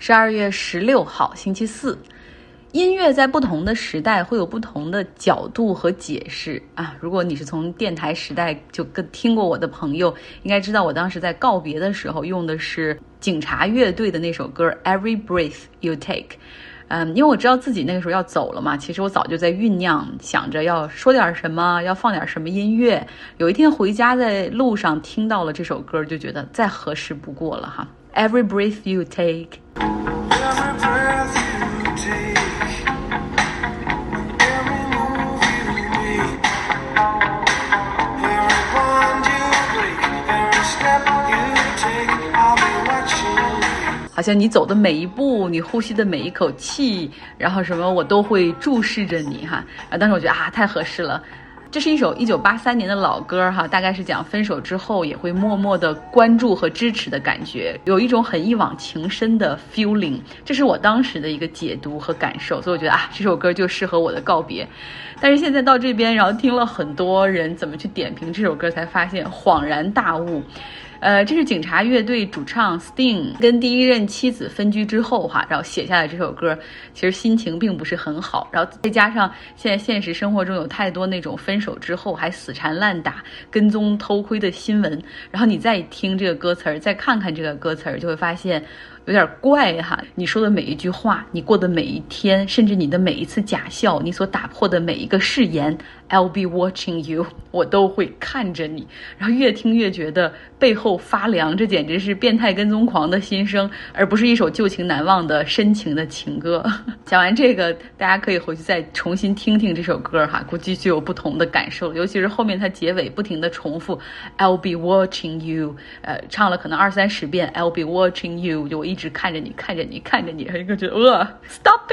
12月16号星期四。音乐在不同的时代会有不同的角度和解释啊！如果你是从电台时代就听过我的朋友，应该知道我当时在告别的时候用的是警察乐队的那首歌 Every Breath You Take。因为我知道自己那个时候要走了嘛，其实我早就在酝酿，想着要说点什么，要放点什么音乐。有一天回家在路上听到了这首歌，就觉得再合适不过了哈。Every breath you take。 Every breath you take, every move you make, every bond you break, every step you take, I'll be watching you. 好像你走的每一步，你呼吸的每一口气，然后什么我都会注视着你哈。当时我觉得太合适了。这是一首1983年的老歌哈，大概是讲分手之后也会默默的关注和支持的感觉，有一种很一往情深的 feeling， 这是我当时的一个解读和感受，所以我觉得这首歌就适合我的告别。但是现在到这边，然后听了很多人怎么去点评这首歌，才发现恍然大悟。这是警察乐队主唱 Sting 跟第一任妻子分居之后然后写下来这首歌，其实心情并不是很好，然后再加上现在现实生活中有太多那种分手之后还死缠烂打、跟踪偷窥的新闻，然后你再听这个歌词儿，再看看这个歌词儿，就会发现有点怪哈，你说的每一句话，你过的每一天，甚至你的每一次假笑，你所打破的每一个誓言 I'll be watching you， 我都会看着你。然后越听越觉得背后发凉，这简直是变态跟踪狂的心声，而不是一首旧情难忘的深情的情歌。讲完这个，大家可以回去再重新听听这首歌哈，估计就有不同的感受，尤其是后面它结尾不停的重复 I'll be watching you， 唱了可能20-30遍 I'll be watching you， 就我一直看着你看着你看着你，一个觉得stop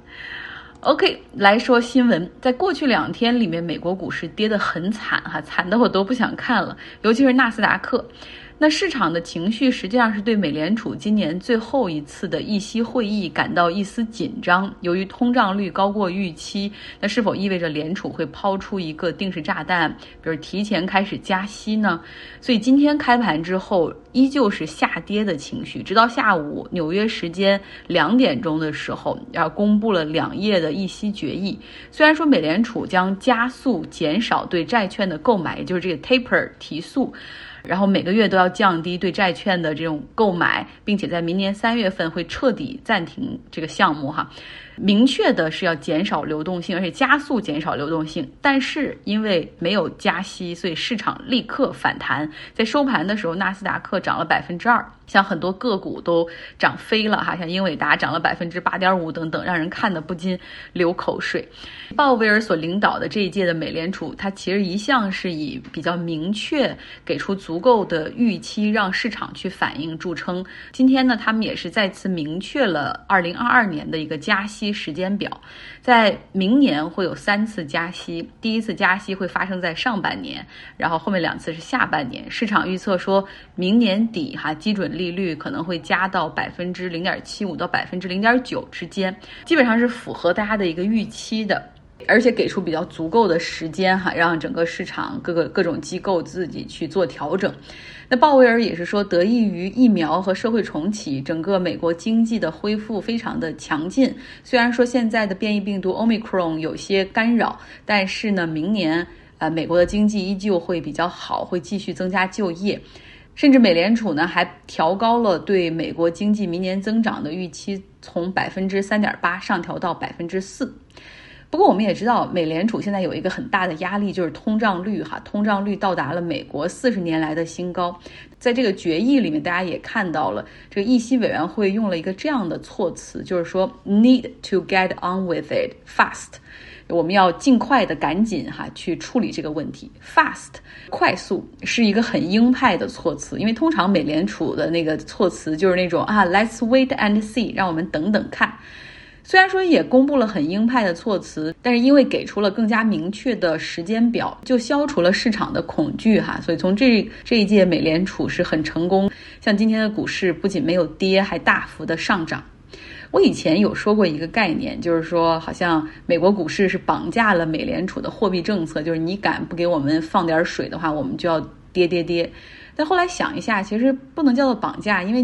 it。OK， 来说新闻。在过去2天里面，美国股市跌得很惨哈，惨的我都不想看了，尤其是纳斯达克。那市场的情绪实际上是对美联储今年最后一次的议息会议感到一丝紧张，由于通胀率高过预期，那是否意味着联储会抛出一个定时炸弹，比如提前开始加息呢？所以今天开盘之后依旧是下跌的情绪，直到下午纽约时间2点钟的时候，然后公布了2页的议息决议。虽然说美联储将加速减少对债券的购买，也就是这个 taper 提速，然后每个月都要降低对债券的这种购买，并且在明年3月份会彻底暂停这个项目哈。明确的是要减少流动性，而且加速减少流动性，但是因为没有加息，所以市场立刻反弹。在收盘的时候，纳斯达克涨了2%，像很多个股都涨飞了哈，像英伟达涨了8.5%等等，让人看得不禁流口水。鲍威尔所领导的这一届的美联储，它其实一向是以比较明确给出足够的预期让市场去反应著称。今天呢，他们也是再次明确了2022年的一个加息时间表，在明年会有3次加息，第一次加息会发生在上半年，然后后面2次是下半年。市场预测说明年底基准利率可能会加到0.75%到0.9%之间，基本上是符合大家的一个预期的，而且给出比较足够的时间让整个市场各种机构自己去做调整。那鲍威尔也是说，得益于疫苗和社会重启，整个美国经济的恢复非常的强劲。虽然说现在的变异病毒 Omicron 有些干扰，但是呢，明年美国的经济依旧会比较好，会继续增加就业。甚至美联储呢还调高了对美国经济明年增长的预期，从3.8%上调到4%。不过我们也知道，美联储现在有一个很大的压力，就是通胀率通胀率到达了美国40年来的新高。在这个决议里面，大家也看到了，这个议息委员会用了一个这样的措辞，就是说 need to get on with it fast， 我们要尽快的赶紧去处理这个问题。 fast 快速是一个很鹰派的措辞，因为通常美联储的那个措辞就是那种let's wait and see， 让我们等等看。虽然说也公布了很鹰派的措辞，但是因为给出了更加明确的时间表，就消除了市场的恐惧所以从这一届美联储是很成功，像今天的股市不仅没有跌，还大幅的上涨。我以前有说过一个概念，就是说好像美国股市是绑架了美联储的货币政策，就是你敢不给我们放点水的话，我们就要跌。但后来想一下，其实不能叫做绑架，因为你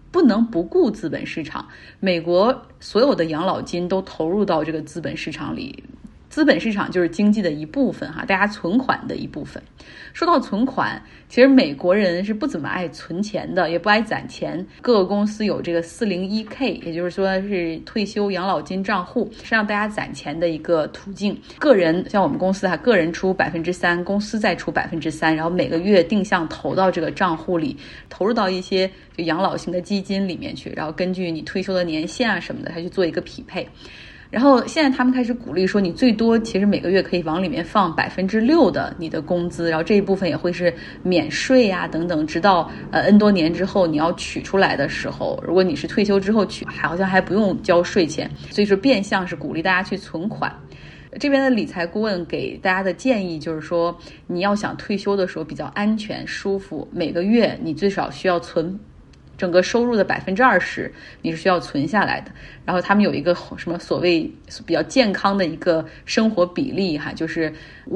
不能不顾资本市场。美国所有的养老金都投入到这个资本市场里，资本市场就是经济的一部分哈，大家存款的一部分。说到存款，其实美国人是不怎么爱存钱的，也不爱攒钱。各个公司有这个 401k， 也就是说是退休养老金账户，是让大家攒钱的一个途径。个人像我们公司个人出3%，公司再出3%，然后每个月定向投到这个账户里，投入到一些就养老型的基金里面去，然后根据你退休的年限啊什么的，它去做一个匹配。然后现在他们开始鼓励说，你最多其实每个月可以往里面放6%的你的工资，然后这一部分也会是免税啊等等，直到N 多年之后你要取出来的时候，如果你是退休之后取，好像还不用交税钱，所以说变相是鼓励大家去存款。这边的理财顾问给大家的建议就是说，你要想退休的时候比较安全舒服，每个月你最少需要存整个收入的20%，你是需要存下来的。然后他们有一个什么所谓比较健康的一个生活比例哈，就是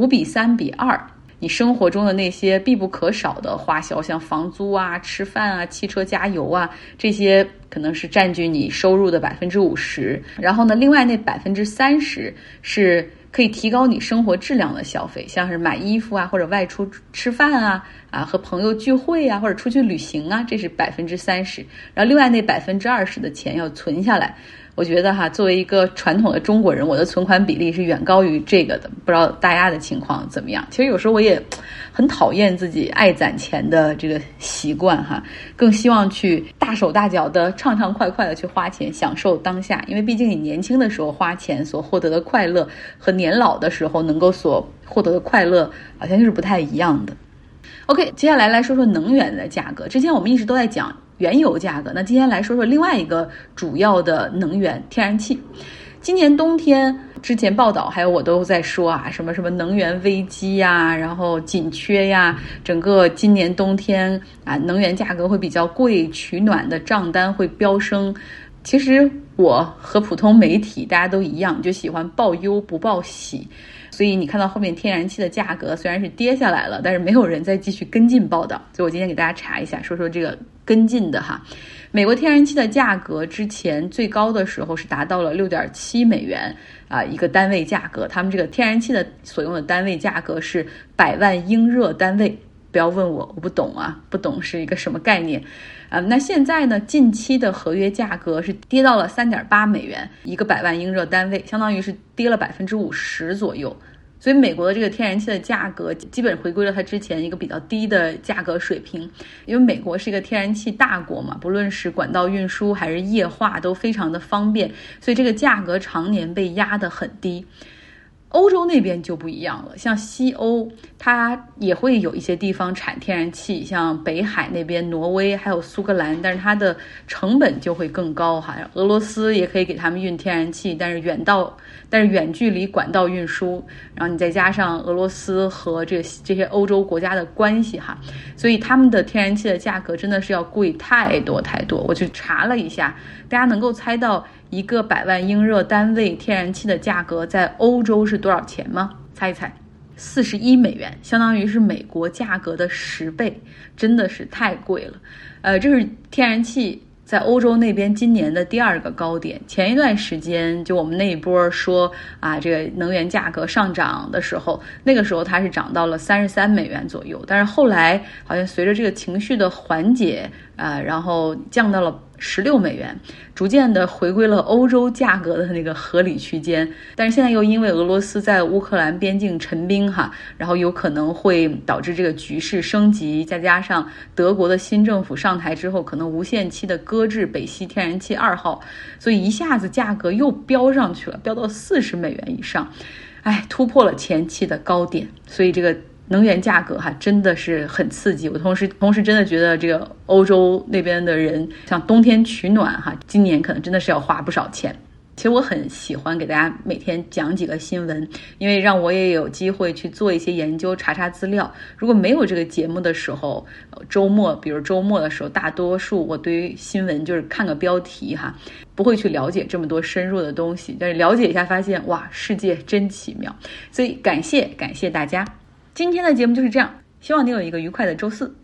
5:3:2。你生活中的那些必不可少的花销，像房租啊、吃饭啊、汽车加油啊，这些可能是占据你收入的50%。然后呢，另外那30%是可以提高你生活质量的消费，像是买衣服啊，或者外出吃饭啊，和朋友聚会啊，或者出去旅行啊，这是30%。然后另外那20%的钱要存下来。我觉得作为一个传统的中国人，我的存款比例是远高于这个的，不知道大家的情况怎么样。其实有时候我也很讨厌自己爱攒钱的这个习惯更希望去大手大脚的畅畅快快的去花钱，享受当下。因为毕竟你年轻的时候花钱所获得的快乐和年老的时候能够所获得的快乐好像就是不太一样的。OK， 接下来说说能源的价格。之前我们一直都在讲原油价格，那今天来说说另外一个主要的能源，天然气。今年冬天之前报道还有我都在说什么能源危机呀，然后紧缺呀，整个今年冬天能源价格会比较贵，取暖的账单会飙升。其实我和普通媒体大家都一样，就喜欢报忧不报喜。所以你看到后面天然气的价格虽然是跌下来了，但是没有人再继续跟进报道，所以我今天给大家查一下，说说这个跟进的美国天然气的价格之前最高的时候是达到了$6.7一个单位价格，他们这个天然气的所用的单位价格是100万英热单位。不要问我不懂不懂是一个什么概念那现在呢，近期的合约价格是跌到了$3.8一个100万英热单位，相当于是跌了50%左右。所以美国的这个天然气的价格基本回归了它之前一个比较低的价格水平，因为美国是一个天然气大国嘛，不论是管道运输还是液化都非常的方便，所以这个价格常年被压得很低。欧洲那边就不一样了，像西欧它也会有一些地方产天然气，像北海那边挪威还有苏格兰，但是它的成本就会更高俄罗斯也可以给他们运天然气，但是远距离管道运输，然后你再加上俄罗斯和这些欧洲国家的关系所以他们的天然气的价格真的是要贵太多太多。我去查了一下，大家能够猜到一个100万英热单位天然气的价格在欧洲是多少钱吗？猜一猜，$41，相当于是美国价格的10倍，真的是太贵了。这是天然气在欧洲那边今年的第2个高点。前一段时间就我们那一波说这个能源价格上涨的时候，那个时候它是涨到了$33左右，但是后来好像随着这个情绪的缓解然后降到了$16，逐渐的回归了欧洲价格的那个合理区间。但是现在又因为俄罗斯在乌克兰边境陈兵然后有可能会导致这个局势升级，再加上德国的新政府上台之后可能无限期的搁置北溪天然气2号，所以一下子价格又飙上去了，飙到$40以上，突破了前期的高点。所以这个能源价格真的是很刺激。我同时真的觉得这个欧洲那边的人像冬天取暖今年可能真的是要花不少钱。其实我很喜欢给大家每天讲几个新闻，因为让我也有机会去做一些研究，查资料。如果没有这个节目的时候，比如周末的时候，大多数我对于新闻就是看个标题不会去了解这么多深入的东西，但是了解一下发现哇，世界真奇妙。所以感谢大家。今天的节目就是这样，希望你有一个愉快的周四。